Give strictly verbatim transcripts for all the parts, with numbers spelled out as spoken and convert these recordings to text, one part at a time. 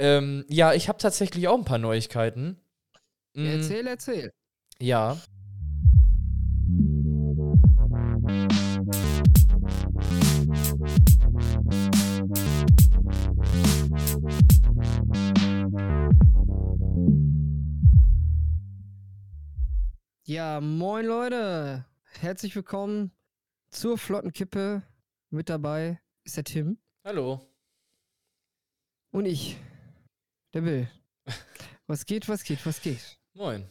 Ähm, ja, ich habe tatsächlich auch ein paar Neuigkeiten. Mm, Erzähl, erzähl. ja. Ja, moin Leute. Herzlich willkommen zur Flottenkippe. Mit dabei ist der Tim Hallo. und ich, der Bill. Was geht, was geht, was geht? Moin.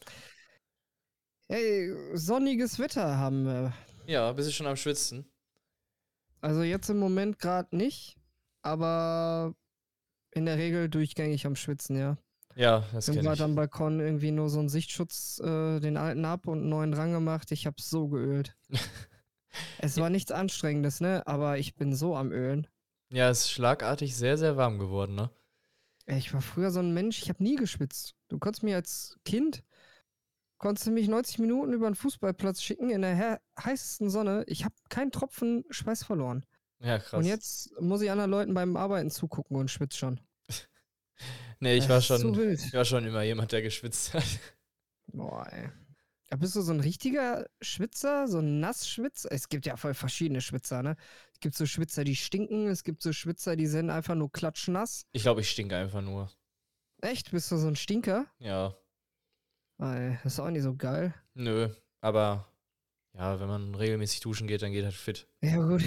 Hey, sonniges Wetter haben wir. Ja, bist du schon am Schwitzen? Also jetzt im Moment gerade nicht, aber in der Regel durchgängig am Schwitzen, ja. Ja, das Wir haben kenne gerade ich. am Balkon irgendwie nur so einen Sichtschutz, äh, den alten ab und einen neuen dran gemacht. Ich hab's so geölt. Es war nichts Anstrengendes, ne? Aber ich bin so am Ölen. Ja, es ist schlagartig sehr, sehr warm geworden, ne? Ey, ich war früher so ein Mensch, ich habe nie geschwitzt. Du konntest mir als Kind, konntest du mich neunzig Minuten über den Fußballplatz schicken in der he heißesten Sonne. Ich habe keinen Tropfen Schweiß verloren. Ja, Und krass. jetzt muss ich anderen Leuten beim Arbeiten zugucken und schwitze schon. Nee, ich Das war ist schon, so wild. ich war schon immer jemand, der geschwitzt hat. Boah, ey. Ja, bist du so ein richtiger Schwitzer, so ein Nassschwitzer? Es gibt ja voll verschiedene Schwitzer, ne? Es gibt so Schwitzer, die stinken, es gibt so Schwitzer, die sind einfach nur klatschnass. Ich glaube, ich stinke einfach nur. Echt? Bist du so ein Stinker? Ja, Ey, das ist auch nicht so geil. nö. Aber ja, wenn man regelmäßig duschen geht, dann geht halt fit. Ja, gut.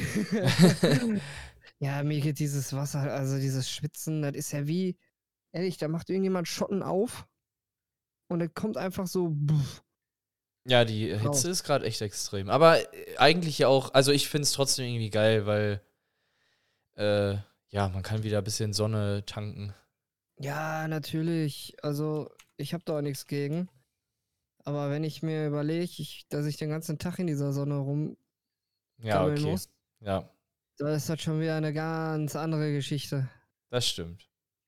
Ja, mir geht dieses Wasser, also dieses Schwitzen, das ist ja wie, ehrlich, da macht irgendjemand Schotten auf und es kommt einfach so. Pff, Ja, die raus. Hitze ist gerade echt extrem. Aber äh, eigentlich ja auch, also ich finde es trotzdem irgendwie geil, weil äh, ja, man kann wieder ein bisschen Sonne tanken. Ja, natürlich. Also, ich habe da auch nichts gegen. Aber wenn ich mir überlege, ich, dass ich den ganzen Tag in dieser Sonne rumgammeln Ja, okay. muss, Ja, da ist das schon wieder eine ganz andere Geschichte. das stimmt.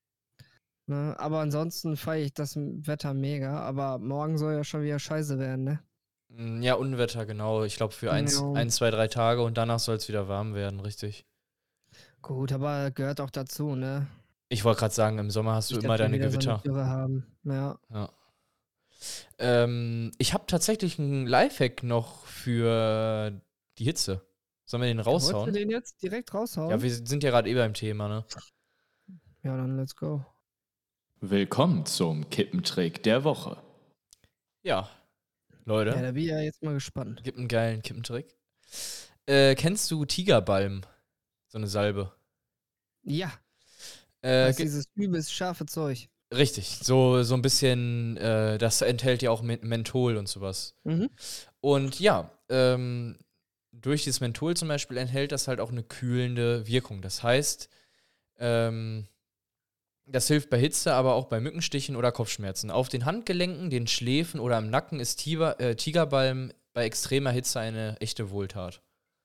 Ne? Aber ansonsten feiere ich das Wetter mega. Aber morgen soll ja schon wieder scheiße werden, ne? Mm, Ja, Unwetter, genau. Ich glaube für eins, Ja. ein, zwei, drei Tage und danach soll es wieder warm werden, richtig. Gut, aber gehört auch dazu, ne? Ich wollte gerade sagen, im Sommer hast du Nicht, immer dass wir deine wieder so eine Gewitter. Dürre haben. Ja. Ja. Ähm, ich habe tatsächlich einen Lifehack noch für die Hitze. Sollen wir den Wolltest du raushauen? den jetzt direkt raushauen? Ja, wir sind ja gerade eh beim Thema, ne? Ja, dann let's go. Willkommen zum Kippentrick der Woche. Ja, Ja, Leute, da bin ich ja jetzt mal gespannt. gibt einen geilen Kippentrick. Äh, kennst du Tigerbalm? So eine Salbe. Ja, Äh, das ist ge- dieses übelst scharfe Zeug. richtig, so, so ein bisschen, äh, das enthält ja auch Men- Menthol und sowas. Mhm. Und ja, ähm, durch dieses Menthol zum Beispiel enthält das halt auch eine kühlende Wirkung. Das heißt, ähm, das hilft bei Hitze, aber auch bei Mückenstichen oder Kopfschmerzen. Auf den Handgelenken, den Schläfen oder im Nacken ist Tiger, äh, Tigerbalm bei extremer Hitze eine echte Wohltat.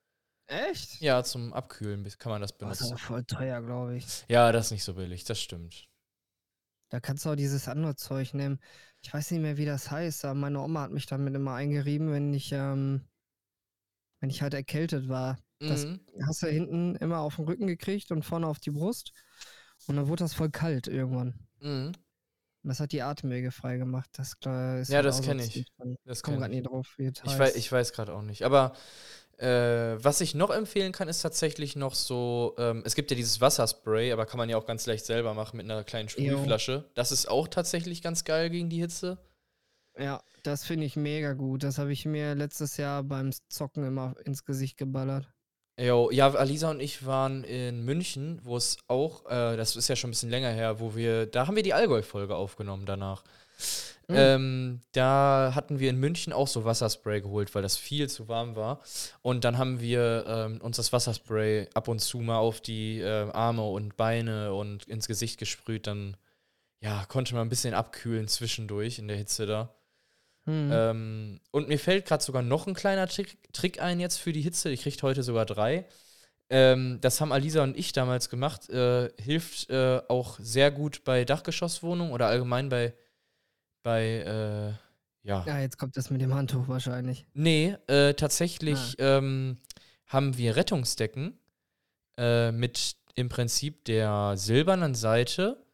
Echt? Ja, zum Abkühlen kann man das Das ist benutzen. aber voll teuer, glaube ich. Ja, das ist nicht so billig, das stimmt. Da kannst du auch dieses andere Zeug nehmen. Ich weiß nicht mehr, wie das heißt, aber meine Oma hat mich damit immer eingerieben, wenn ich, ähm, wenn ich halt erkältet war. Das Mhm. hast du hinten immer auf den Rücken gekriegt und vorne auf die Brust. Und dann wurde das voll kalt irgendwann. Mhm. Und das hat die Atemwege frei gemacht. Das äh, ist Ja, halt das auch so kenn ein ich. Zeug drin. Das Ich komme kenn gerade ich. nie drauf, wie das Ich heißt. weiß, ich weiß gerade auch nicht. Aber äh, was ich noch empfehlen kann, ist tatsächlich noch so, ähm, es gibt ja dieses Wasserspray, aber kann man ja auch ganz leicht selber machen mit einer kleinen Jo. Sprühflasche. Das ist auch tatsächlich ganz geil gegen die Hitze. Ja, das finde ich mega gut. Das habe ich mir letztes Jahr beim Zocken immer ins Gesicht geballert. Jo, ja, Alisa und ich waren in München, wo es auch, äh, das ist ja schon ein bisschen länger her, wo wir, da haben wir die Allgäu-Folge aufgenommen danach. Mhm. Ähm, da hatten wir in München auch so Wasserspray geholt, weil das viel zu warm war. Und dann haben wir ähm, uns das Wasserspray ab und zu mal auf die äh, Arme und Beine und ins Gesicht gesprüht. Dann, ja, konnte man ein bisschen abkühlen zwischendurch in der Hitze da. Mhm. Ähm, und mir fällt gerade sogar noch ein kleiner Trick, Trick ein jetzt für die Hitze. Ich kriege heute sogar drei. Ähm, das haben Alisa und ich damals gemacht. Äh, hilft äh, auch sehr gut bei Dachgeschosswohnungen oder allgemein bei, bei äh, ja. Ja, jetzt kommt das mit dem Handtuch wahrscheinlich. Nee, äh, tatsächlich ähm, haben wir Rettungsdecken äh, mit im Prinzip der silbernen Seite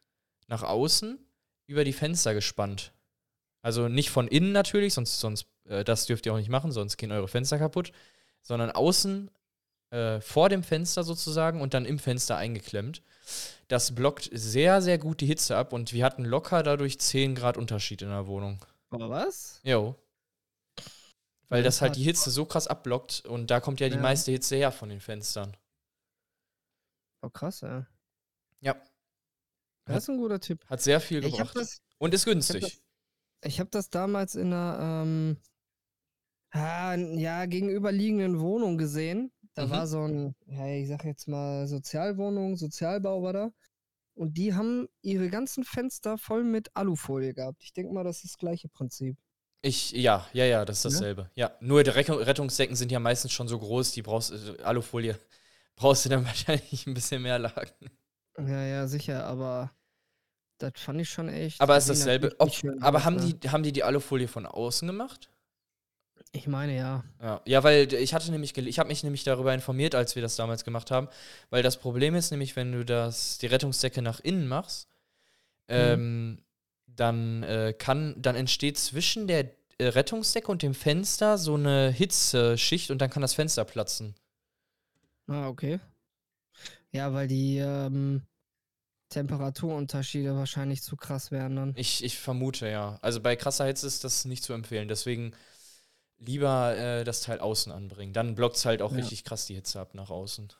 nach außen über die Fenster gespannt. Also nicht von innen natürlich, sonst, sonst äh, das dürft ihr auch nicht machen, sonst gehen eure Fenster kaputt, sondern außen äh, vor dem Fenster sozusagen und dann im Fenster eingeklemmt. Das blockt sehr, sehr gut die Hitze ab und wir hatten locker dadurch zehn Grad Unterschied in der Wohnung. Aber was? Jo. Weil Ja, das halt krass. die Hitze so krass abblockt und da kommt ja die Ja. meiste Hitze her von den Fenstern. Oh, krass, ja. Ja. Das ist ein guter Tipp. Hat sehr viel Ich habe gebracht. das, Und ist ich hab günstig. das, ich hab das damals in einer ähm, ah, ja, gegenüberliegenden Wohnung gesehen. Da Mhm. war so ein, ja, ich sag jetzt mal Sozialwohnung, Sozialbau war da. Und die haben ihre ganzen Fenster voll mit Alufolie gehabt. Ich denke mal, das ist das gleiche Prinzip. Ich, ja, ja, ja, das ist Ja? dasselbe. Ja, nur die Rettung- Rettungsdecken sind ja meistens schon so groß, die brauchst äh, Alufolie brauchst du dann wahrscheinlich ein bisschen mehr Lagen. Ja, ja, sicher, aber das fand ich schon echt. Aber das ist sieht dasselbe. natürlich Ob, nicht schön aber aus, haben ne? die, haben die die Alufolie von außen gemacht? Ich meine, ja. Ja, ja, weil ich hatte nämlich, gel- ich habe mich nämlich darüber informiert, als wir das damals gemacht haben, weil das Problem ist nämlich, wenn du das, die Rettungsdecke nach innen machst, ähm, dann äh, kann, dann entsteht zwischen der äh, Rettungsdecke und dem Fenster so eine Hitzeschicht und dann kann das Fenster platzen. Ah, okay. Ja, weil die ähm, Temperaturunterschiede wahrscheinlich zu krass wären dann. Ich, ich vermute, ja. Also bei krasser Hitze ist das nicht zu empfehlen, deswegen lieber äh, das Teil außen anbringen. Dann blockt es halt auch Ja. richtig krass die Hitze ab nach außen.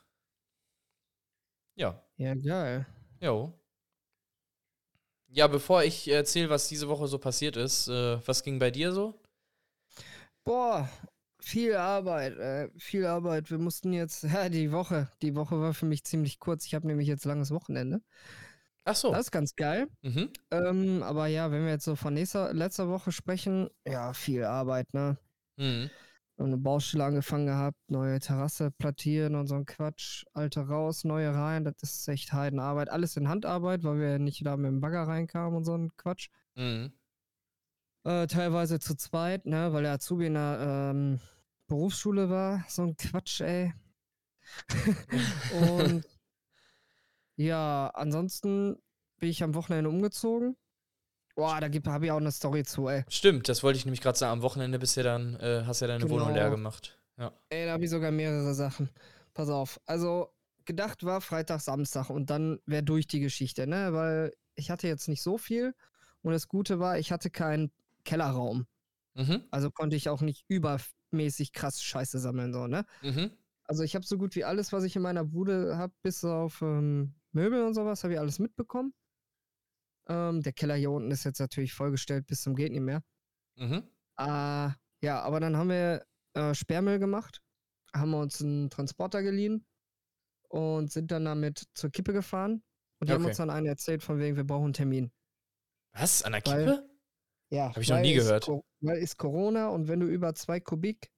Ja. Ja, geil. Jo. Ja, bevor ich erzähle, was diese Woche so passiert ist, äh, was ging bei dir so? Boah, viel Arbeit, äh, viel Arbeit. Wir mussten jetzt, ja, die Woche, die Woche war für mich ziemlich kurz. Ich habe nämlich jetzt langes Wochenende. Ach so. Das ist ganz geil. Mhm. Ähm, aber ja, wenn wir jetzt so von nächster, letzter Woche sprechen, ja, viel Arbeit, ne? Mhm. Eine Baustelle angefangen gehabt, neue Terrasse plattieren und so ein Quatsch, alte raus, neue rein, das ist echt Heidenarbeit. Alles in Handarbeit, weil wir nicht da mit dem Bagger reinkamen und so ein Quatsch. Mhm. Äh, teilweise zu zweit, ne, weil der Azubi in der ähm, Berufsschule war, so ein Quatsch, ey. Und ja, ansonsten bin ich am Wochenende umgezogen. Boah, da habe ich auch eine Story zu, ey. Stimmt, das wollte ich nämlich gerade sagen. Am Wochenende bist du ja dann, äh, hast ja deine Wohnung Genau. leer gemacht. Ja. Ey, da habe ich sogar mehrere Sachen. Pass auf. Also, gedacht war Freitag, Samstag und dann wäre durch die Geschichte, ne? Weil ich hatte jetzt nicht so viel und das Gute war, ich hatte keinen Kellerraum. Mhm. Also konnte ich auch nicht übermäßig krass Scheiße sammeln, so, ne? Mhm. Also ich habe so gut wie alles, was ich in meiner Bude habe, bis auf ähm, Möbel und sowas, habe ich alles mitbekommen. Ähm, der Keller hier unten ist jetzt natürlich vollgestellt bis zum geht nicht mehr. Mhm. Äh, ja, aber dann haben wir äh, Sperrmüll gemacht, haben wir uns einen Transporter geliehen und sind dann damit zur Kippe gefahren. Und die haben Okay. uns dann einen erzählt, von wegen, wir brauchen einen Termin. Was? An der Weil- Kippe? Ja, Hab ich noch weil nie ist gehört. Co- weil ist Corona und wenn du über zwei Kubik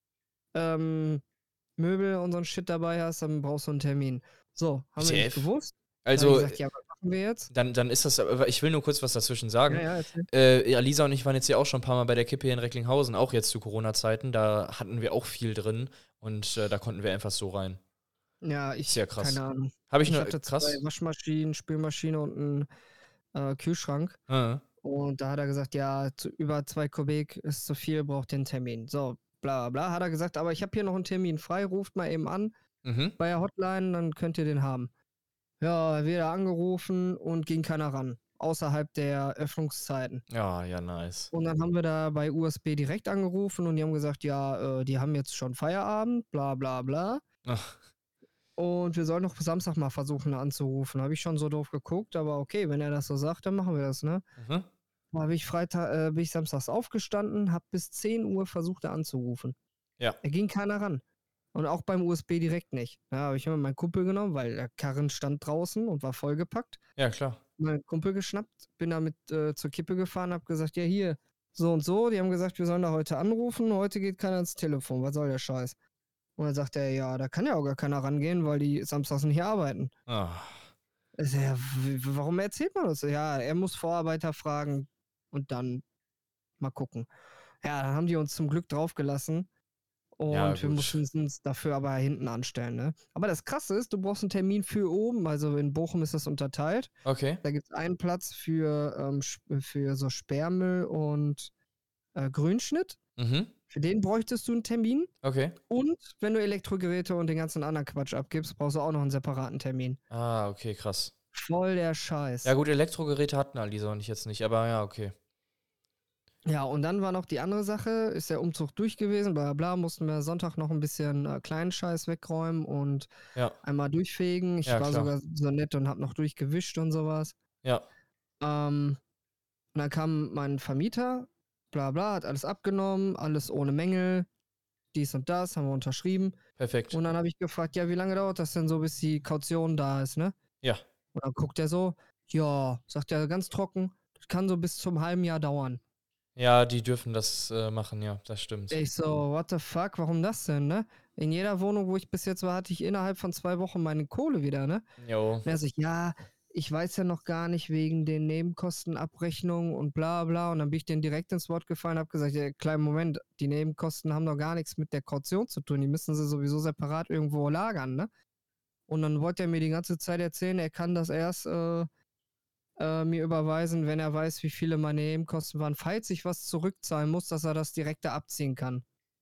ähm, Möbel und so ein Shit dabei hast, dann brauchst du einen Termin. So, haben wir W T nicht F? gewusst. Dann hab ich Also, gesagt, ja, was machen wir jetzt? dann, dann ist das, aber ich will nur kurz was dazwischen sagen. Ja, ja, erzähl. Äh, ja, Lisa und ich waren jetzt ja auch schon ein paar Mal bei der Kippe hier in Recklinghausen, auch jetzt zu Corona-Zeiten. Da hatten wir auch viel drin und äh, da konnten wir einfach so rein. Ja, ich, Sehr krass. keine Ahnung. Habe ich, Ich nur hatte krass. zwei Waschmaschinen, Spülmaschine und einen äh, Kühlschrank. Ah, Und da hat er gesagt, ja, zu, über zwei Kubik ist zu viel, braucht den Termin. So, bla bla bla. Hat er gesagt, aber ich habe hier noch einen Termin frei, ruft mal eben an mhm. bei der Hotline, dann könnt ihr den haben. Ja, wieder angerufen und ging keiner ran. Außerhalb der Öffnungszeiten. Ja, ja, nice. Und dann haben wir da bei U S B direkt angerufen und die haben gesagt, ja, äh, die haben jetzt schon Feierabend, bla bla bla. Ach, Und wir sollen noch Samstag mal versuchen anzurufen. Habe ich schon so doof geguckt, aber okay, wenn er das so sagt, dann machen wir das, ne? mhm. Da habe ich Freitag, äh, bin ich samstags aufgestanden, habe bis zehn Uhr versucht, da anzurufen. Ja. Da ging keiner ran. Und auch beim U S B direkt nicht. Da habe ich immer meinen Kumpel genommen, weil der Karren stand draußen und war vollgepackt. Ja, klar. Meinen Kumpel geschnappt, bin damit äh, zur Kippe gefahren, habe gesagt, ja hier, so und so. Die haben gesagt, wir sollen da heute anrufen, heute geht keiner ans Telefon. Was soll der Scheiß? Und dann sagt er, ja, da kann ja auch gar keiner rangehen, weil die samstags nicht arbeiten. Ah. Ich sag, ja, w- w- warum erzählt man das? Ja, er muss Vorarbeiter fragen und dann mal gucken. Ja, dann haben die uns zum Glück draufgelassen. Und Ja, wir gut. mussten uns dafür aber hinten anstellen, ne? Aber das Krasse ist, du brauchst einen Termin für oben, also in Bochum ist das unterteilt. Okay. Da gibt es einen Platz für, ähm, Sp- für so Sperrmüll und äh, Grünschnitt. Mhm. Für den bräuchtest du einen Termin. Okay. Und wenn du Elektrogeräte und den ganzen anderen Quatsch abgibst, brauchst du auch noch einen separaten Termin. Ah, okay, krass. Voll der Scheiß. Ja, gut, Elektrogeräte hatten Alisa und ich jetzt nicht, aber ja, okay. Ja, und dann war noch die andere Sache, ist der Umzug durch gewesen, bla bla, bla, mussten wir Sonntag noch ein bisschen äh, kleinen Scheiß wegräumen und Ja, einmal durchfegen. Ich Ja, war klar. sogar so nett und hab noch durchgewischt und sowas. ja, Ähm, und dann kam mein Vermieter, bla bla, hat alles abgenommen, alles ohne Mängel, dies und das, haben wir unterschrieben. perfekt. Und dann habe ich gefragt, ja, wie lange dauert das denn so, bis die Kaution da ist, ne? Ja. Und dann guckt er so, ja, sagt er ganz trocken, das kann so bis zum halben Jahr dauern. Ja, die dürfen das äh, machen, ja, das stimmt. Ich so, what the fuck, warum das denn, ne? In jeder Wohnung, wo ich bis jetzt war, hatte ich innerhalb von zwei Wochen meine Kohle wieder, ne? Jo. Und er sagt, ja, ich weiß ja noch gar nicht wegen den Nebenkostenabrechnungen und bla bla. Und dann bin ich denen direkt ins Wort gefallen und hab gesagt, ja, kleinen Moment, die Nebenkosten haben doch gar nichts mit der Kaution zu tun. Die müssen sie sowieso separat irgendwo lagern, ne? Und dann wollte er mir die ganze Zeit erzählen, er kann das erst äh, äh, mir überweisen, wenn er weiß, wie viele meine Nebenkosten waren. Falls ich was zurückzahlen muss, dass er das direkt da abziehen kann.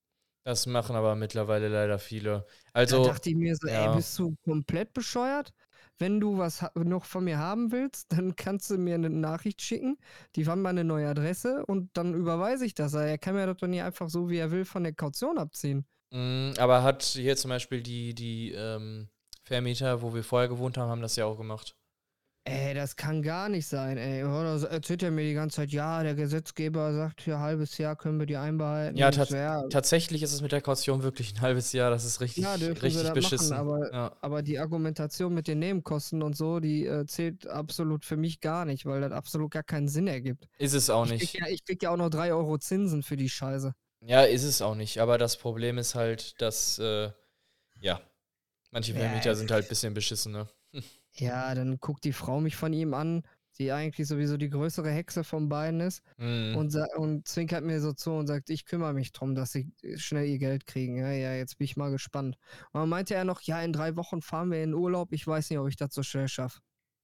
Das machen aber mittlerweile leider viele. Da Also, dachte ich mir so, ey, ja. bist du komplett bescheuert? Wenn du was ha- noch von mir haben willst, dann kannst du mir eine Nachricht schicken, die haben meine neue Adresse und dann überweise ich das. Er kann mir das doch nicht einfach so, wie er will, von der Kaution abziehen. mh, aber hat hier zum Beispiel die, die ähm, Vermieter, wo wir vorher gewohnt haben, haben das ja auch gemacht. Ey, das kann gar nicht sein, ey. Oder so erzählt er mir die ganze Zeit, ja, der Gesetzgeber sagt, für ein halbes Jahr können wir die einbehalten. Ja, Und ich tats so, ja, tatsächlich ist es mit der Kaution wirklich ein halbes Jahr. Das ist richtig, ja, dürfen sie richtig das beschissen. machen, aber, ja. aber die Argumentation mit den Nebenkosten und so, die äh, zählt absolut für mich gar nicht, weil das absolut gar keinen Sinn ergibt. Ist es auch Ich nicht. krieg, ja, ich krieg ja auch noch drei Euro Zinsen für die Scheiße. Ja, ist es auch nicht. Aber das Problem ist halt, dass, äh, ja, manche Ja, Vermieter es- sind halt ein bisschen beschissen, ne? Ja, dann guckt die Frau mich von ihm an, die eigentlich sowieso die größere Hexe von beiden ist, Mhm. und, sa- und zwinkert mir so zu und sagt, ich kümmere mich drum, dass sie schnell ihr Geld kriegen. Ja, ja, jetzt bin ich mal gespannt. Und dann meinte er noch, ja, in drei Wochen fahren wir in Urlaub, ich weiß nicht, ob ich das so schnell schaffe.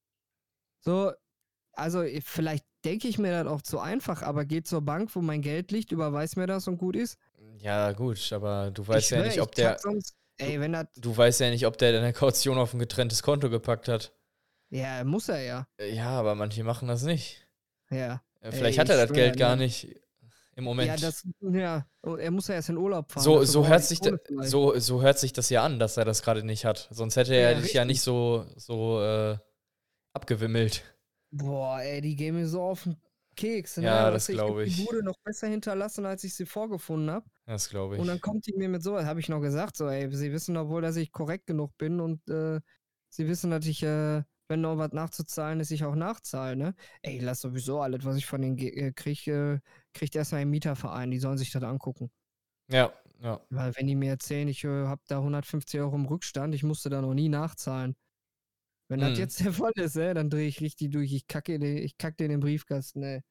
So, also ich- vielleicht denke ich mir das auch zu einfach, aber geht zur Bank, wo mein Geld liegt, überweis mir das und gut ist. Ja, gut, aber du weißt ich ja schwör, nicht, ich ob der. kack sonst, ey, wenn das, Du weißt ja nicht, ob der deine Kaution auf ein getrenntes Konto gepackt hat. ja, muss er ja. Äh, Ja, aber manche machen das nicht. Ja. Äh, Vielleicht Ey, hat er ich das schwör, Geld gar ne? nicht im Moment. Ja, das, ja, und er muss ja erst in Urlaub fahren. so, dafür so, braucht er hört die sich Kohle da, vielleicht. so, so hört sich das ja an, dass er das gerade nicht hat. Sonst hätte er Ja, dich ja richtig. nicht so, so äh, abgewimmelt. Boah, ey, die gehen mir so auf den Keks. Ne? Ja, Weißt das du, glaub hab ich. die Bude noch besser hinterlassen, als ich sie vorgefunden habe. Das glaube Und dann ich. kommt die mir mit sowas, habe ich noch gesagt, so, ey, sie wissen doch wohl, dass ich korrekt genug bin und äh, sie wissen, dass ich, äh, wenn noch was nachzuzahlen ist, ich auch nachzahle, ne? Ey, lass sowieso alles, was ich von denen äh, kriege, äh, kriegt erstmal ein Mieterverein, die sollen sich das angucken. Ja, ja. Weil wenn die mir erzählen, ich äh, habe da hundertfünfzig Euro im Rückstand, ich musste da noch nie nachzahlen. Wenn das Mhm. jetzt der Fall ist, ey, dann drehe ich richtig durch. Ich kacke den, ich kack den in den Briefkasten, ey.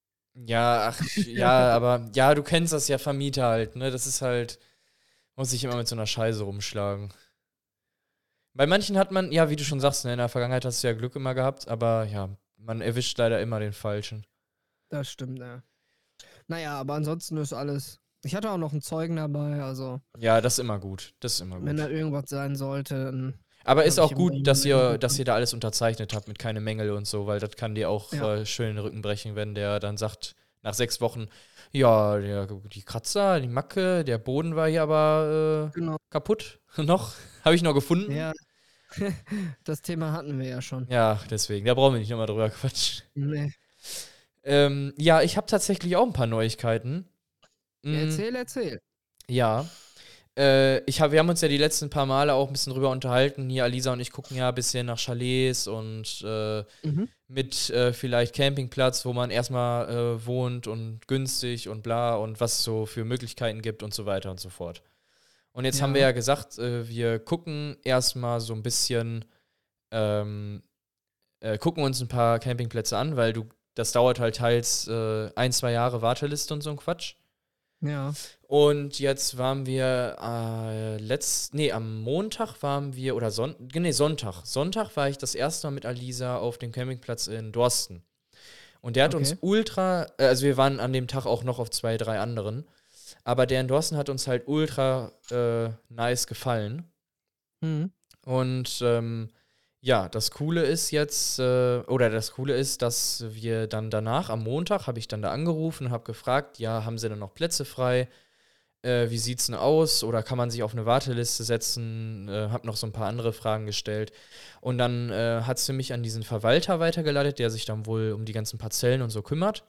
Ja, ach, ja, aber ja, du kennst das ja, Vermieter halt, ne? Das ist halt, muss sich immer mit so einer Scheiße rumschlagen. Bei manchen hat man, ja, wie du schon sagst, ne, in der Vergangenheit hast du ja Glück immer gehabt, aber ja, man erwischt leider immer den Falschen. Das stimmt, ja. Naja, aber ansonsten ist alles. Ich hatte auch noch einen Zeugen dabei, also Ja, das ist immer gut. Das ist immer wenn da gut. irgendwas sein sollte, dann. Aber ist hab auch ich gut, immer dass jemanden ihr, dass bekommen. ihr da alles unterzeichnet habt mit keine Mängel und so, weil das kann dir auch Ja. äh, schön den Rücken brechen, wenn der dann sagt, nach sechs Wochen, ja, der, die Kratzer, die Macke, der Boden war hier aber äh, Genau. kaputt. noch? Habe ich noch gefunden? Ja. Das Thema hatten wir ja schon. Ja, deswegen, da brauchen wir nicht nochmal drüber quatschen. Nee. Ähm, ja, ich habe tatsächlich auch ein paar Neuigkeiten. Mm, Erzähl, erzähl. Ja. Äh, ich hab, wir haben uns ja die letzten paar Male auch ein bisschen drüber unterhalten. Hier, Alisa und ich gucken ja ein bisschen nach Chalets und äh, Mhm. mit äh, vielleicht Campingplatz, wo man erstmal äh, wohnt und günstig und bla und was es so für Möglichkeiten gibt und so weiter und so fort. Und jetzt Ja. haben wir ja gesagt, äh, wir gucken erstmal so ein bisschen, ähm, äh, gucken uns ein paar Campingplätze an, weil du, das dauert halt teils äh, ein, zwei Jahre Warteliste und so ein Quatsch. Ja. Und jetzt waren wir äh, letzt, nee, am Montag waren wir, oder Son nee, Sonntag. Sonntag war ich das erste Mal mit Alisa auf dem Campingplatz in Dorsten. Und der hat Okay. uns ultra, äh, also wir waren an dem Tag auch noch auf zwei, drei anderen, aber der in Dorsten hat uns halt ultra äh, nice gefallen. Mhm. Und ähm, ja, das Coole ist jetzt, äh, oder das Coole ist, dass wir dann danach, am Montag, habe ich dann da angerufen und habe gefragt, ja, haben sie denn noch Plätze frei? Äh, wie sieht's denn aus? Oder kann man sich auf eine Warteliste setzen? Äh, habe noch so ein paar andere Fragen gestellt. Und dann äh, hat sie mich an diesen Verwalter weitergeleitet, der sich dann wohl um die ganzen Parzellen und so kümmert.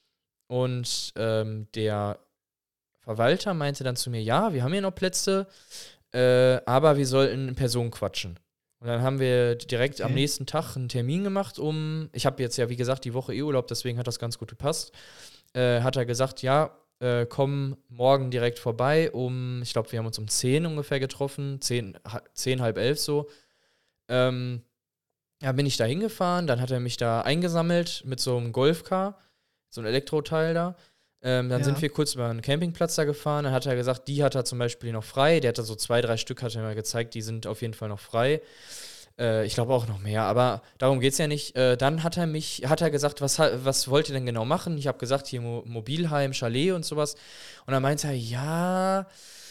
Und ähm, der Verwalter meinte dann zu mir, ja, wir haben hier noch Plätze, äh, aber wir sollten in Person quatschen. Und dann haben wir direkt am Okay. nächsten Tag einen Termin gemacht, um, ich habe jetzt ja, wie gesagt, die Woche eh Urlaub, deswegen hat das ganz gut gepasst. Äh, hat er gesagt, ja, äh, komm morgen direkt vorbei, um, ich glaube, wir haben uns um zehn ungefähr getroffen, zehn, ha- zehn halb elf so. Ähm, ja, bin ich da hingefahren, dann hat er mich da eingesammelt mit so einem Golfcar, so ein Elektroteil da. Ähm, dann Ja. sind wir kurz über einen Campingplatz da gefahren. Dann hat er gesagt, die hat er zum Beispiel noch frei. Der hat da so zwei, drei Stück, hat er mir gezeigt, die sind auf jeden Fall noch frei. Äh, ich glaube auch noch mehr, aber darum geht es ja nicht. Äh, dann hat er mich, hat er gesagt, was, ha- was wollt ihr denn genau machen? Ich habe gesagt, hier Mo Mobilheim, Chalet und sowas. Und dann meinte er, ja,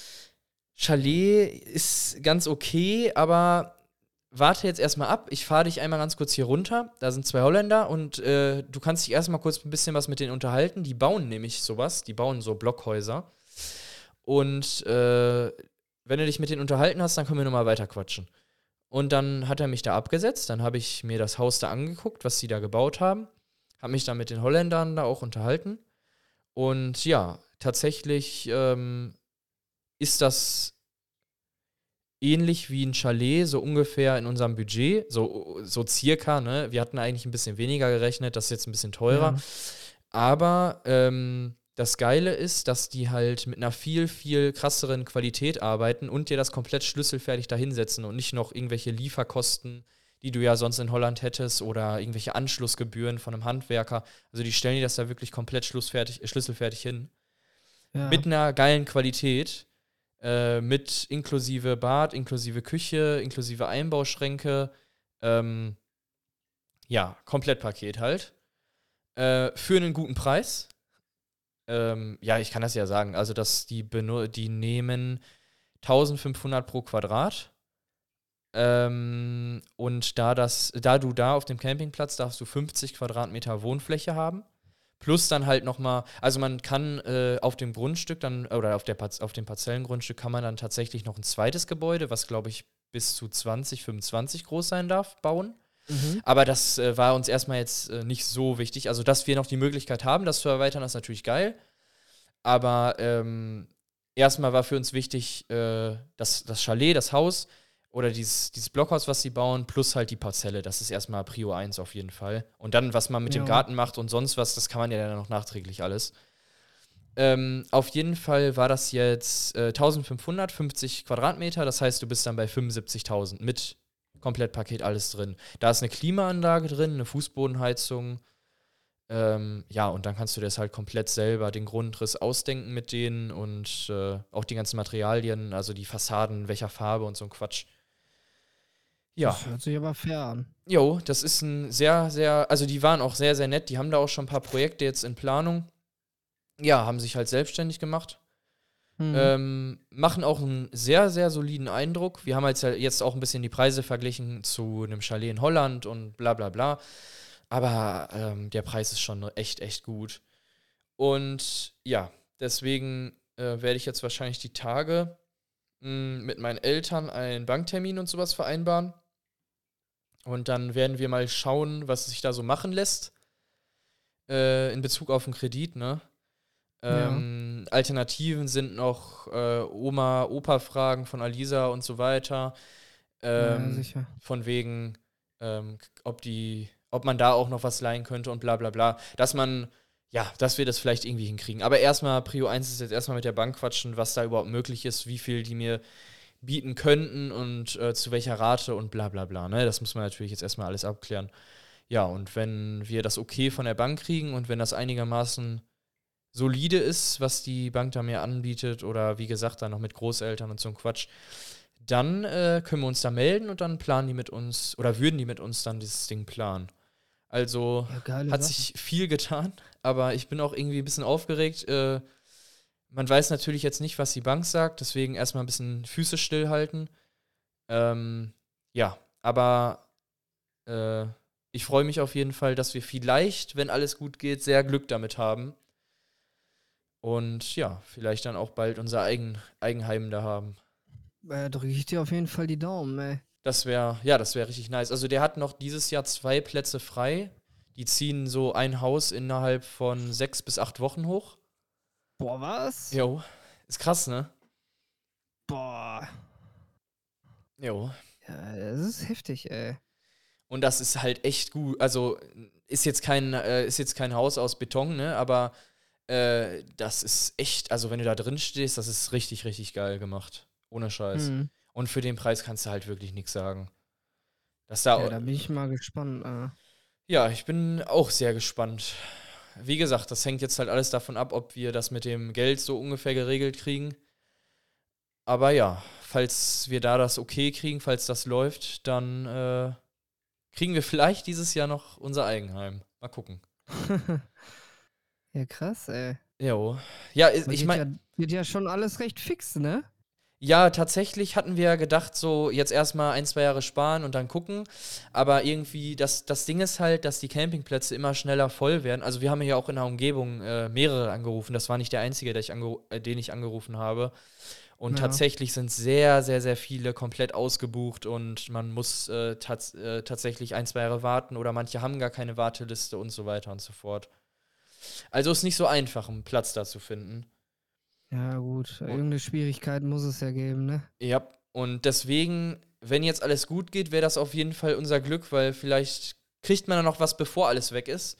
Chalet ist ganz okay, aber warte jetzt erstmal ab. Ich fahre dich einmal ganz kurz hier runter. Da sind zwei Holländer und äh, du kannst dich erstmal kurz ein bisschen was mit denen unterhalten. Die bauen nämlich sowas. Die bauen so Blockhäuser. Und äh, wenn du dich mit denen unterhalten hast, dann können wir nochmal weiter quatschen. Und dann hat er mich da abgesetzt. Dann habe ich mir das Haus da angeguckt, was sie da gebaut haben. Habe mich dann mit den Holländern da auch unterhalten. Und ja, tatsächlich ähm, ist das ähnlich wie ein Chalet, so ungefähr in unserem Budget, so, so circa, ne? Wir hatten eigentlich ein bisschen weniger gerechnet, das ist jetzt ein bisschen teurer. Ja. Aber ähm, das Geile ist, dass die halt mit einer viel, viel krasseren Qualität arbeiten und dir das komplett schlüsselfertig dahinsetzen und nicht noch irgendwelche Lieferkosten, die du ja sonst in Holland hättest oder irgendwelche Anschlussgebühren von einem Handwerker. Also die stellen dir das da wirklich komplett schlussfertig, äh, schlüsselfertig hin. Ja. Mit einer geilen Qualität. Äh, mit inklusive Bad, inklusive Küche, inklusive Einbauschränke. Ähm, ja, Komplettpaket halt. Äh, für einen guten Preis. Ähm, ja, ich kann das ja sagen. Also, dass die, benu- die nehmen eintausendfünfhundert pro Quadrat. Ähm, und da, das, da du da auf dem Campingplatz darfst du fünfzig Quadratmeter Wohnfläche haben. Plus dann halt nochmal, also man kann äh, auf dem Grundstück dann, oder auf, der Parz- auf dem Parzellengrundstück kann man dann tatsächlich noch ein zweites Gebäude, was glaube ich bis zu zwanzig, fünfundzwanzig groß sein darf, bauen. Mhm. Aber das äh, war uns erstmal jetzt äh, nicht so wichtig. Also, dass wir noch die Möglichkeit haben, das zu erweitern, ist natürlich geil. Aber ähm, erstmal war für uns wichtig, äh, das, das Chalet, das Haus oder dieses, dieses Blockhaus, was sie bauen, plus halt die Parzelle. Das ist erstmal Prio eins auf jeden Fall. Und dann, was man mit dem Ja. Garten macht und sonst was, das kann man ja dann noch nachträglich alles. Ähm, auf jeden Fall war das jetzt äh, eintausendfünfhundert, fünfzig Quadratmeter. Das heißt, du bist dann bei fünfundsiebzigtausend mit Komplettpaket alles drin. Da ist eine Klimaanlage drin, eine Fußbodenheizung. Ähm, ja, und dann kannst du dir das halt komplett selber den Grundriss ausdenken mit denen und äh, auch die ganzen Materialien, also die Fassaden, welcher Farbe und so ein Quatsch. Ja, Das hört sich aber fair an. jo, das ist ein sehr, sehr, also die waren auch sehr, sehr nett. Die haben da auch schon ein paar Projekte jetzt in Planung. Ja, haben sich halt selbstständig gemacht. Mhm. Ähm, machen auch einen sehr, sehr soliden Eindruck. Wir haben jetzt, halt jetzt auch ein bisschen die Preise verglichen zu einem Chalet in Holland und bla bla bla. Aber ähm, der Preis ist schon echt, echt gut. Und ja, deswegen äh, werde ich jetzt wahrscheinlich die Tage mh, mit meinen Eltern einen Banktermin und sowas vereinbaren. Und dann werden wir mal schauen, was sich da so machen lässt. Äh, in Bezug auf den Kredit, ne? Ähm, Alternativen sind noch äh, Oma, Opa-Fragen von Alisa und so weiter. Ja, Ähm, sicher. von wegen, ähm, k- ob die, ob man da auch noch was leihen könnte und bla bla bla. Dass man, ja, dass wir das vielleicht irgendwie hinkriegen. Aber erstmal, Prio eins ist jetzt erstmal mit der Bank quatschen, was da überhaupt möglich ist, wie viel die mir bieten könnten und äh, zu welcher Rate und bla bla bla. Ne? Das muss man natürlich jetzt erstmal alles abklären. Ja, und wenn wir das okay von der Bank kriegen und wenn das einigermaßen solide ist, was die Bank da mir anbietet oder wie gesagt dann noch mit Großeltern und so ein Quatsch, dann äh, können wir uns da melden und dann planen die mit uns oder würden die mit uns dann dieses Ding planen. Also Ja, geile hat Sache. sich viel getan, aber ich bin auch irgendwie ein bisschen aufgeregt. Äh, man weiß natürlich jetzt nicht, was die Bank sagt, deswegen erstmal ein bisschen Füße stillhalten. Ähm, ja, aber äh, ich freue mich auf jeden Fall, dass wir vielleicht, wenn alles gut geht, sehr Glück damit haben. Und ja, vielleicht dann auch bald unser Eigen, Eigenheim da haben. Äh, drücke ich dir auf jeden Fall die Daumen, ey. Das wäre, ja, das wäre richtig nice. Also der hat noch dieses Jahr zwei Plätze frei. Die ziehen so ein Haus innerhalb von sechs bis acht Wochen hoch. Boah, was? Jo, ist krass, ne? Boah. Jo. Ja, das ist heftig, ey. Und das ist halt echt gut. Also ist jetzt kein, äh, ist jetzt kein Haus aus Beton, ne? Aber äh, das ist echt, also wenn du da drin stehst, das ist richtig, richtig geil gemacht. Ohne Scheiß. Hm. Und für den Preis kannst du halt wirklich nichts sagen. Das da, Ja, da bin ich mal gespannt. Äh. ja, ich bin auch sehr gespannt. Wie gesagt, das hängt jetzt halt alles davon ab, ob wir das mit dem Geld so ungefähr geregelt kriegen. Aber ja, falls wir da das okay kriegen, falls das läuft, dann äh, kriegen wir vielleicht dieses Jahr noch unser Eigenheim. Mal gucken. Ja, krass, ey. Jo. Ja, ich Aber ich geht meine, ja, geht ja schon alles recht fix, ne? ja, tatsächlich hatten wir ja gedacht, so jetzt erstmal ein, zwei Jahre sparen und dann gucken. Aber irgendwie, das, das Ding ist halt, dass die Campingplätze immer schneller voll werden. Also wir haben ja auch in der Umgebung äh, mehrere angerufen. Das war nicht der einzige, der ich angeru- äh, den ich angerufen habe. Und Ja. tatsächlich sind sehr, sehr, sehr viele komplett ausgebucht und man muss äh, tats- äh, tatsächlich ein, zwei Jahre warten oder manche haben gar keine Warteliste und so weiter und so fort. Also ist nicht so einfach, einen Platz da zu finden. Ja, gut. Irgendeine Schwierigkeit muss es ja geben, ne? Ja, und deswegen, wenn jetzt alles gut geht, wäre das auf jeden Fall unser Glück, weil vielleicht kriegt man dann noch was, bevor alles weg ist.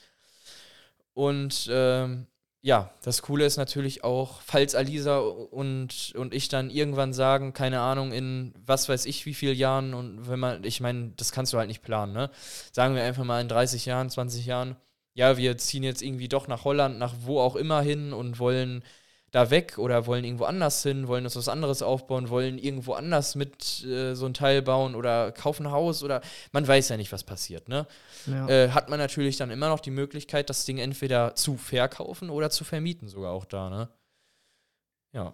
Und ähm, ja, das Coole ist natürlich auch, falls Alisa und, und ich dann irgendwann sagen, keine Ahnung, in was weiß ich wie vielen Jahren und wenn man, ich meine, das kannst du halt nicht planen, ne? Sagen wir einfach mal in dreißig Jahren, zwanzig Jahren, ja, wir ziehen jetzt irgendwie doch nach Holland, nach wo auch immer hin und wollen da weg oder wollen irgendwo anders hin, wollen uns was anderes aufbauen, wollen irgendwo anders mit äh, so ein Teil bauen oder kaufen ein Haus oder man weiß ja nicht, was passiert, ne? Ja. Äh, hat man natürlich dann immer noch die Möglichkeit, das Ding entweder zu verkaufen oder zu vermieten, sogar auch da, ne? Ja.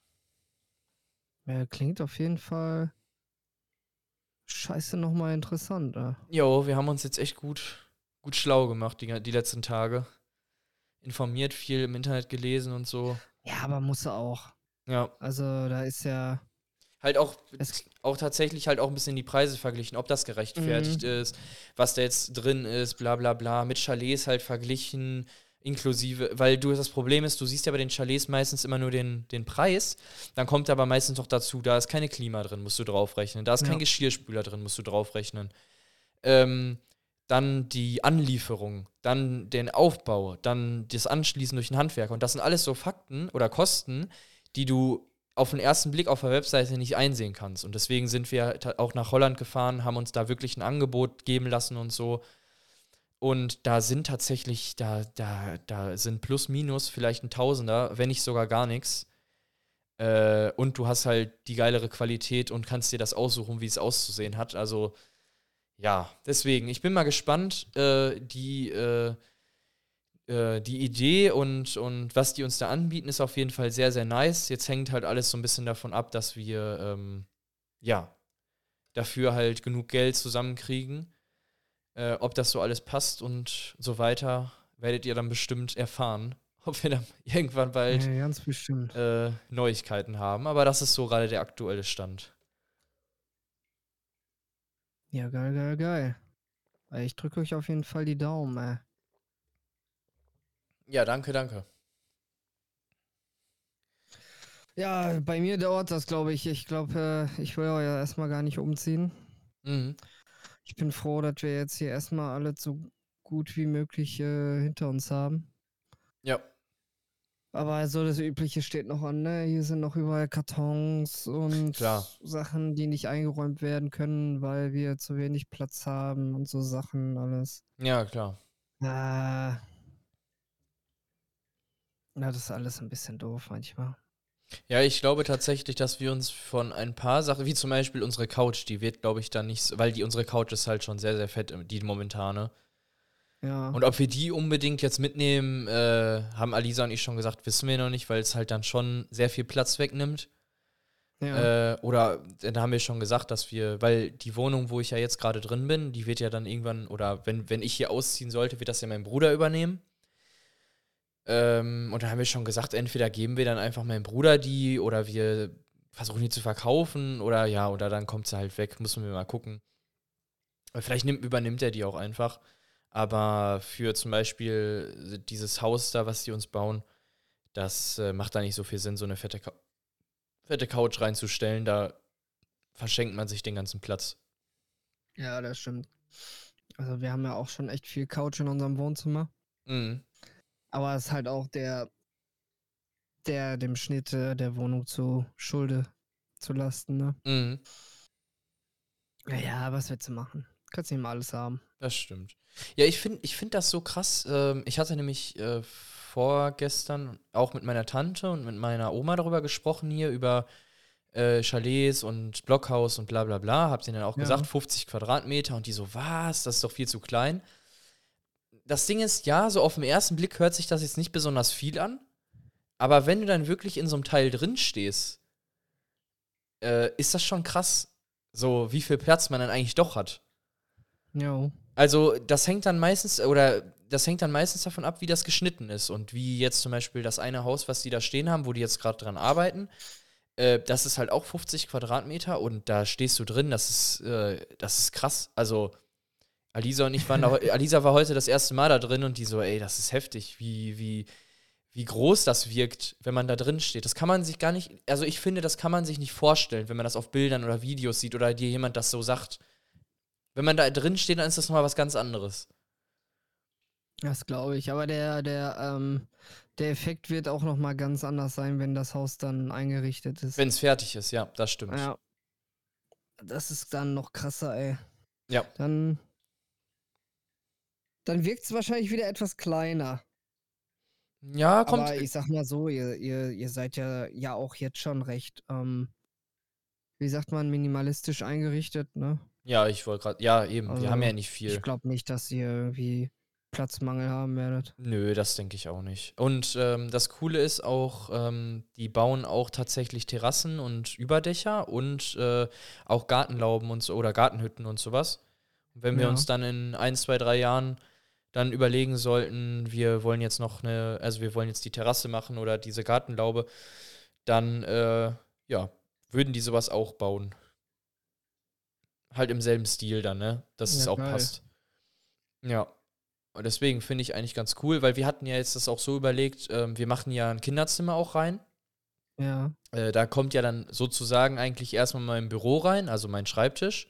Ja, klingt auf jeden Fall scheiße nochmal interessant, äh. Jo, wir haben uns jetzt echt gut, gut schlau gemacht die, die letzten Tage. Informiert, viel im Internet gelesen und so. Ja, aber muss er auch. Ja. Also, da ist ja. Halt auch, Es, auch tatsächlich halt auch ein bisschen die Preise verglichen, ob das gerechtfertigt Mhm. ist, was da jetzt drin ist, bla bla bla, mit Chalets halt verglichen, inklusive, weil du das Problem ist, du siehst ja bei den Chalets meistens immer nur den, den Preis, dann kommt aber meistens noch dazu, da ist keine Klima drin, musst du draufrechnen, da ist kein Ja. Geschirrspüler drin, musst du draufrechnen. Ähm, dann die Anlieferung, dann den Aufbau, dann das Anschließen durch den Handwerker. Und das sind alles so Fakten oder Kosten, die du auf den ersten Blick auf der Webseite nicht einsehen kannst. Und deswegen sind wir ta- auch nach Holland gefahren, haben uns da wirklich ein Angebot geben lassen und so. Und da sind tatsächlich, da, da, da sind plus minus vielleicht ein Tausender, wenn nicht sogar gar nichts. Äh, und du hast halt die geilere Qualität und kannst dir das aussuchen, wie es auszusehen hat. Also ja, deswegen, ich bin mal gespannt, äh, die, äh, äh, die Idee und, und was die uns da anbieten, ist auf jeden Fall sehr, sehr nice. Jetzt hängt halt alles so ein bisschen davon ab, dass wir, ähm, ja, dafür halt genug Geld zusammenkriegen. Äh, ob das so alles passt und so weiter, werdet ihr dann bestimmt erfahren, ob wir dann irgendwann bald ja, ganz bestimmt. äh, Neuigkeiten haben. Aber das ist so gerade der aktuelle Stand. Ja, geil, geil, geil. Ey, Ich drücke euch auf jeden Fall die Daumen, ey. Ja, danke, danke. Ja, bei mir dauert das, glaube ich. Ich glaube, äh, ich will ja erstmal gar nicht umziehen. Mhm. Ich bin froh, dass wir jetzt hier erstmal alles so gut wie möglich äh, hinter uns haben. Ja. Aber so das Übliche steht noch an, ne? Hier sind noch überall Kartons und Klar. Sachen, die nicht eingeräumt werden können, weil wir zu wenig Platz haben und so Sachen alles. Ja, klar. Ah. Ja, das ist alles ein bisschen doof manchmal. Ja, ich glaube tatsächlich, dass wir uns von ein paar Sachen, wie zum Beispiel unsere Couch, die wird, glaube ich, dann nicht, so, weil die unsere Couch ist halt schon sehr, sehr fett, die momentane. Ja. Und ob wir die unbedingt jetzt mitnehmen, äh, haben Alisa und ich schon gesagt, wissen wir noch nicht, weil es halt dann schon sehr viel Platz wegnimmt. Ja. Äh, oder da haben wir schon gesagt, dass wir, weil die Wohnung, wo ich ja jetzt gerade drin bin, die wird ja dann irgendwann, oder wenn, wenn ich hier ausziehen sollte, wird das ja mein Bruder übernehmen. Ähm, und da haben wir schon gesagt, entweder geben wir dann einfach meinem Bruder die oder wir versuchen die zu verkaufen oder ja, oder dann kommt sie halt weg, müssen wir mal gucken. Oder vielleicht nimmt, übernimmt er die auch einfach. Aber für zum Beispiel dieses Haus da, was die uns bauen, das äh, macht da nicht so viel Sinn, so eine fette, Cou- fette Couch reinzustellen. Da verschenkt man sich den ganzen Platz. Ja, das stimmt. Also wir haben ja auch schon echt viel Couch in unserem Wohnzimmer. Mhm. Aber es ist halt auch der, der dem Schnitt äh, der Wohnung zu Schulde zu lasten, ne? Mhm. Ja, was willst du machen? Kannst nicht mal alles haben. Das stimmt. Ja, ich finde ich find das so krass. Ähm, ich hatte nämlich äh, vorgestern auch mit meiner Tante und mit meiner Oma darüber gesprochen hier, über äh, Chalets und Blockhaus und bla bla bla. Hab denen dann auch Ja. gesagt, fünfzig Quadratmeter und die so, was? Das ist doch viel zu klein. Das Ding ist, ja, so auf den ersten Blick hört sich das jetzt nicht besonders viel an, aber wenn du dann wirklich in so einem Teil drin stehst, äh, ist das schon krass, so wie viel Platz man dann eigentlich doch hat. Jo. Also, das hängt dann meistens, oder das hängt dann meistens davon ab, wie das geschnitten ist. Und wie jetzt zum Beispiel das eine Haus, was die da stehen haben, wo die jetzt gerade dran arbeiten, äh, das ist halt auch fünfzig Quadratmeter und da stehst du drin, das ist, äh, das ist krass. Also, Alisa und ich waren da, heu- Alisa war heute das erste Mal da drin und die so, ey, das ist heftig, wie, wie, wie groß das wirkt, wenn man da drin steht. Das kann man sich gar nicht, also ich finde, das kann man sich nicht vorstellen, wenn man das auf Bildern oder Videos sieht oder dir jemand das so sagt. Wenn man da drin steht, dann ist das nochmal was ganz anderes. Das glaube ich. Aber der, der, ähm, der Effekt wird auch nochmal ganz anders sein, wenn das Haus dann eingerichtet ist. Wenn es fertig ist, ja, das stimmt. Ja. Das ist dann noch krasser, ey. Ja. Dann, dann wirkt es wahrscheinlich wieder etwas kleiner. Ja, kommt. Aber ich sag mal so, ihr, ihr, ihr seid ja, ja auch jetzt schon recht, ähm, wie sagt man, minimalistisch eingerichtet, ne? Ja, ich wollte gerade. Ja, eben. Also, wir haben ja nicht viel. Ich glaube nicht, dass ihr irgendwie Platzmangel haben werdet. Nö, das denke ich auch nicht. Und ähm, das Coole ist auch, ähm, die bauen auch tatsächlich Terrassen und Überdächer und äh, auch Gartenlauben und so oder Gartenhütten und sowas. Und wenn wir Ja. uns dann in ein, zwei, drei Jahren dann überlegen sollten, wir wollen jetzt noch eine, also wir wollen jetzt die Terrasse machen oder diese Gartenlaube, dann äh, ja, würden die sowas auch bauen. Halt im selben Stil dann, ne? Dass Ja, es auch geil. passt. Ja. Und deswegen finde ich eigentlich ganz cool, weil wir hatten ja jetzt das auch so überlegt, ähm, wir machen ja ein Kinderzimmer auch rein. Ja. Äh, da kommt ja dann sozusagen eigentlich erstmal mein Büro rein, also mein Schreibtisch.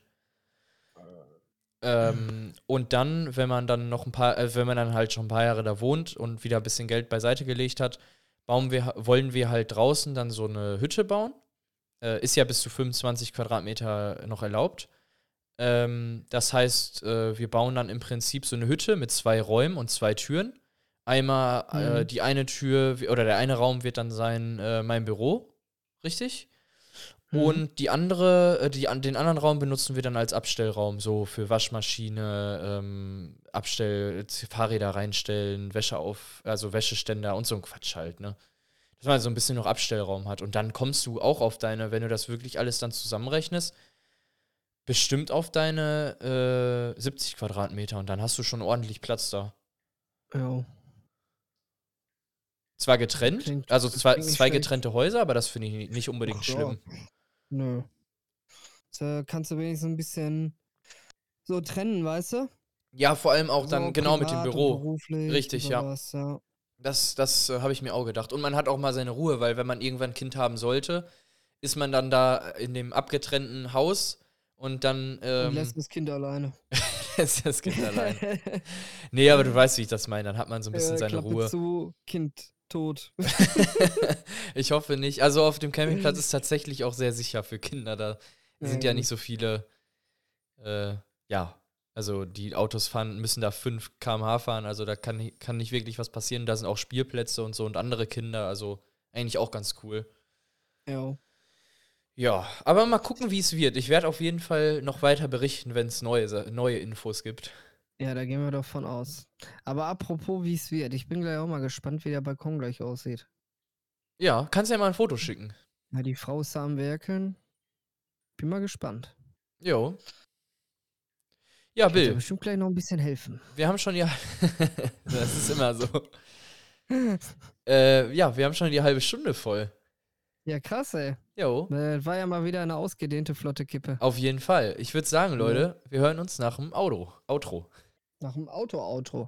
Ähm, und dann, wenn man dann noch ein paar, äh, wenn man dann halt schon ein paar Jahre da wohnt und wieder ein bisschen Geld beiseite gelegt hat, bauen wir, wollen wir halt draußen dann so eine Hütte bauen. Äh, ist ja bis zu fünfundzwanzig Quadratmeter noch erlaubt. Ähm, das heißt, äh, wir bauen dann im Prinzip so eine Hütte mit zwei Räumen und zwei Türen. Einmal äh, Mhm. die eine Tür, oder der eine Raum wird dann sein äh, mein Büro, richtig? Mhm. Und die andere, äh, die, an- den anderen Raum benutzen wir dann als Abstellraum, so für Waschmaschine, ähm, Abstell, Fahrräder reinstellen, Wäsche auf, also Wäscheständer und so ein Quatsch halt, ne? Dass man so ein bisschen noch Abstellraum hat. Und dann kommst du auch auf deine, wenn du das wirklich alles dann zusammenrechnest, bestimmt auf deine äh, siebzig Quadratmeter und dann hast du schon ordentlich Platz da. Jo. Zwar getrennt, Klingt- also das zwei, klingt nicht zwei schlecht. getrennte Häuser, aber das finde ich nicht unbedingt Ach ja. schlimm. Nö. Da kannst du wenigstens ein bisschen so trennen, weißt du? Ja, vor allem auch So dann genau mit dem privat und Büro. beruflich Richtig, und ja. sowas, ja. Das, das äh, habe ich mir auch gedacht. Und man hat auch mal seine Ruhe, weil wenn man irgendwann ein Kind haben sollte, ist man dann da in dem abgetrennten Haus und dann Und ähm, lässt das Kind alleine. lässt das Kind allein. Nee, aber du weißt, wie ich das meine. Dann hat man so ein bisschen Äh, seine Klappe Ruhe. zu, Kind tot. Ich hoffe nicht. Also auf dem Campingplatz ist tatsächlich auch sehr sicher für Kinder. Da sind ja gut. nicht so viele, äh, ja, Also die Autos fahren, müssen da fünf Kilometer pro Stunde fahren, also da kann, kann nicht wirklich was passieren. Da sind auch Spielplätze und so und andere Kinder, also eigentlich auch ganz cool. Ja. Ja, aber mal gucken, wie es wird. Ich werde auf jeden Fall noch weiter berichten, wenn es neue, neue Infos gibt. Ja, da gehen wir doch von aus. Aber apropos, wie es wird, ich bin gleich auch mal gespannt, wie der Balkon gleich aussieht. Ja, kannst ja mal ein Foto schicken. Ja, die Frau ist da am Werkeln. Bin mal gespannt. Jo. Ja, Ich werde Bill, bestimmt gleich noch ein bisschen helfen. wir haben schon die... Das ist immer so. äh, ja, wir haben schon die halbe Stunde voll. Ja, krass, ey. Jo. Das war ja mal wieder eine ausgedehnte flotte Kippe. Auf jeden Fall. Ich würde sagen, Leute, wir hören uns nach dem Auto. Outro. Nach dem Auto-Outro.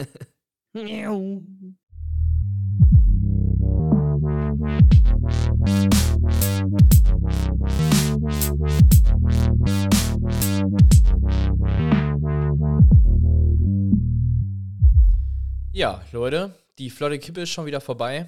Ja, Leute, die flotte Kippe ist schon wieder vorbei.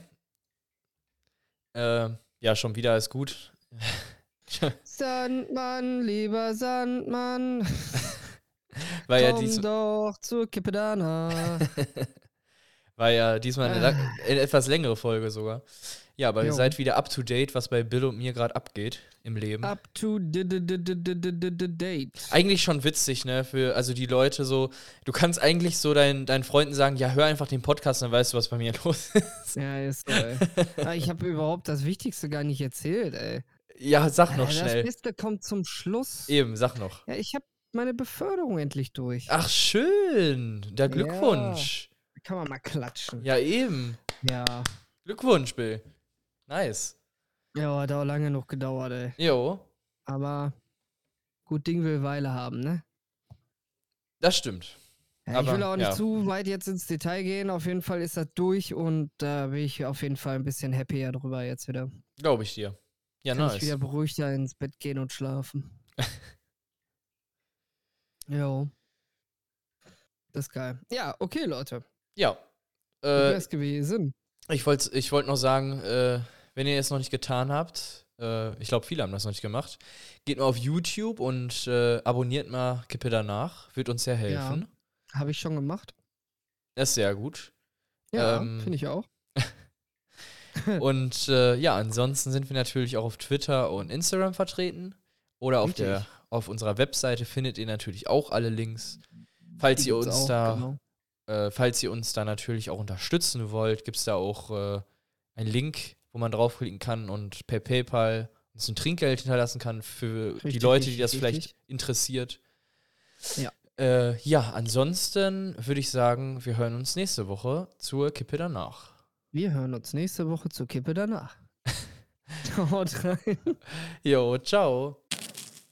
Äh, ja, schon wieder ist gut. Sandmann, lieber Sandmann, War ja, komm dies, doch zur Kippe danach. war ja diesmal eine, lang- eine etwas längere Folge sogar. Ja, aber ihr Jo. seid wieder up to date, was bei Bill und mir gerade abgeht im Leben. Up to d- d- d- d- d- d- d- d- date. Eigentlich schon witzig, ne? Für, also die Leute so, du kannst eigentlich so deinen, deinen Freunden sagen, ja, hör einfach den Podcast, dann weißt du, was bei mir los ist. Ja, ist so, ey. Ah, ich habe überhaupt das Wichtigste gar nicht erzählt, ey. Ja, sag noch Ja, schnell. Das Beste kommt zum Schluss. Eben, sag noch. Ja, ich habe meine Beförderung endlich durch. Ach, schön. Der Glückwunsch. Kann man mal klatschen. Ja, eben. Ja. Glückwunsch, Bill. Nice. Ja, hat auch lange noch gedauert, ey. Jo, Aber gut Ding will Weile haben, ne? das stimmt. Ja, Aber, ich will auch nicht ja. zu weit jetzt ins Detail gehen. Auf jeden Fall ist das durch und da bin ich auf jeden Fall ein bisschen happier drüber jetzt wieder. Glaube ich dir. Ja, Kann nice. ich wieder beruhigter ins Bett gehen und schlafen. Jo. Das ist geil. Ja, okay, Leute. Ja. Wie wäre Äh, es gewesen? ich wollte ich wollt noch sagen, äh, wenn ihr es noch nicht getan habt, äh, ich glaube, viele haben das noch nicht gemacht, geht mal auf YouTube und äh, abonniert mal Kippe danach. Wird uns sehr helfen. Habe ich schon gemacht. Das ist sehr gut. Ja, Ähm, finde ich auch. Und äh, ja, ansonsten sind wir natürlich auch auf Twitter und Instagram vertreten. Oder auf, Richtig. der, auf unserer Webseite findet ihr natürlich auch alle Links. Falls Die ihr gibt's uns auch, da, genau. äh, falls ihr uns da natürlich auch unterstützen wollt, gibt es da auch äh, einen Link, wo man draufklicken kann und per PayPal uns ein Trinkgeld hinterlassen kann für die Richtig, Leute, die richtig, das vielleicht richtig. interessiert. Ja. Äh, ja, ansonsten würde ich sagen, wir hören uns nächste Woche zur Kippe danach. Wir hören uns nächste Woche zur Kippe danach. Haut rein. Jo, ciao.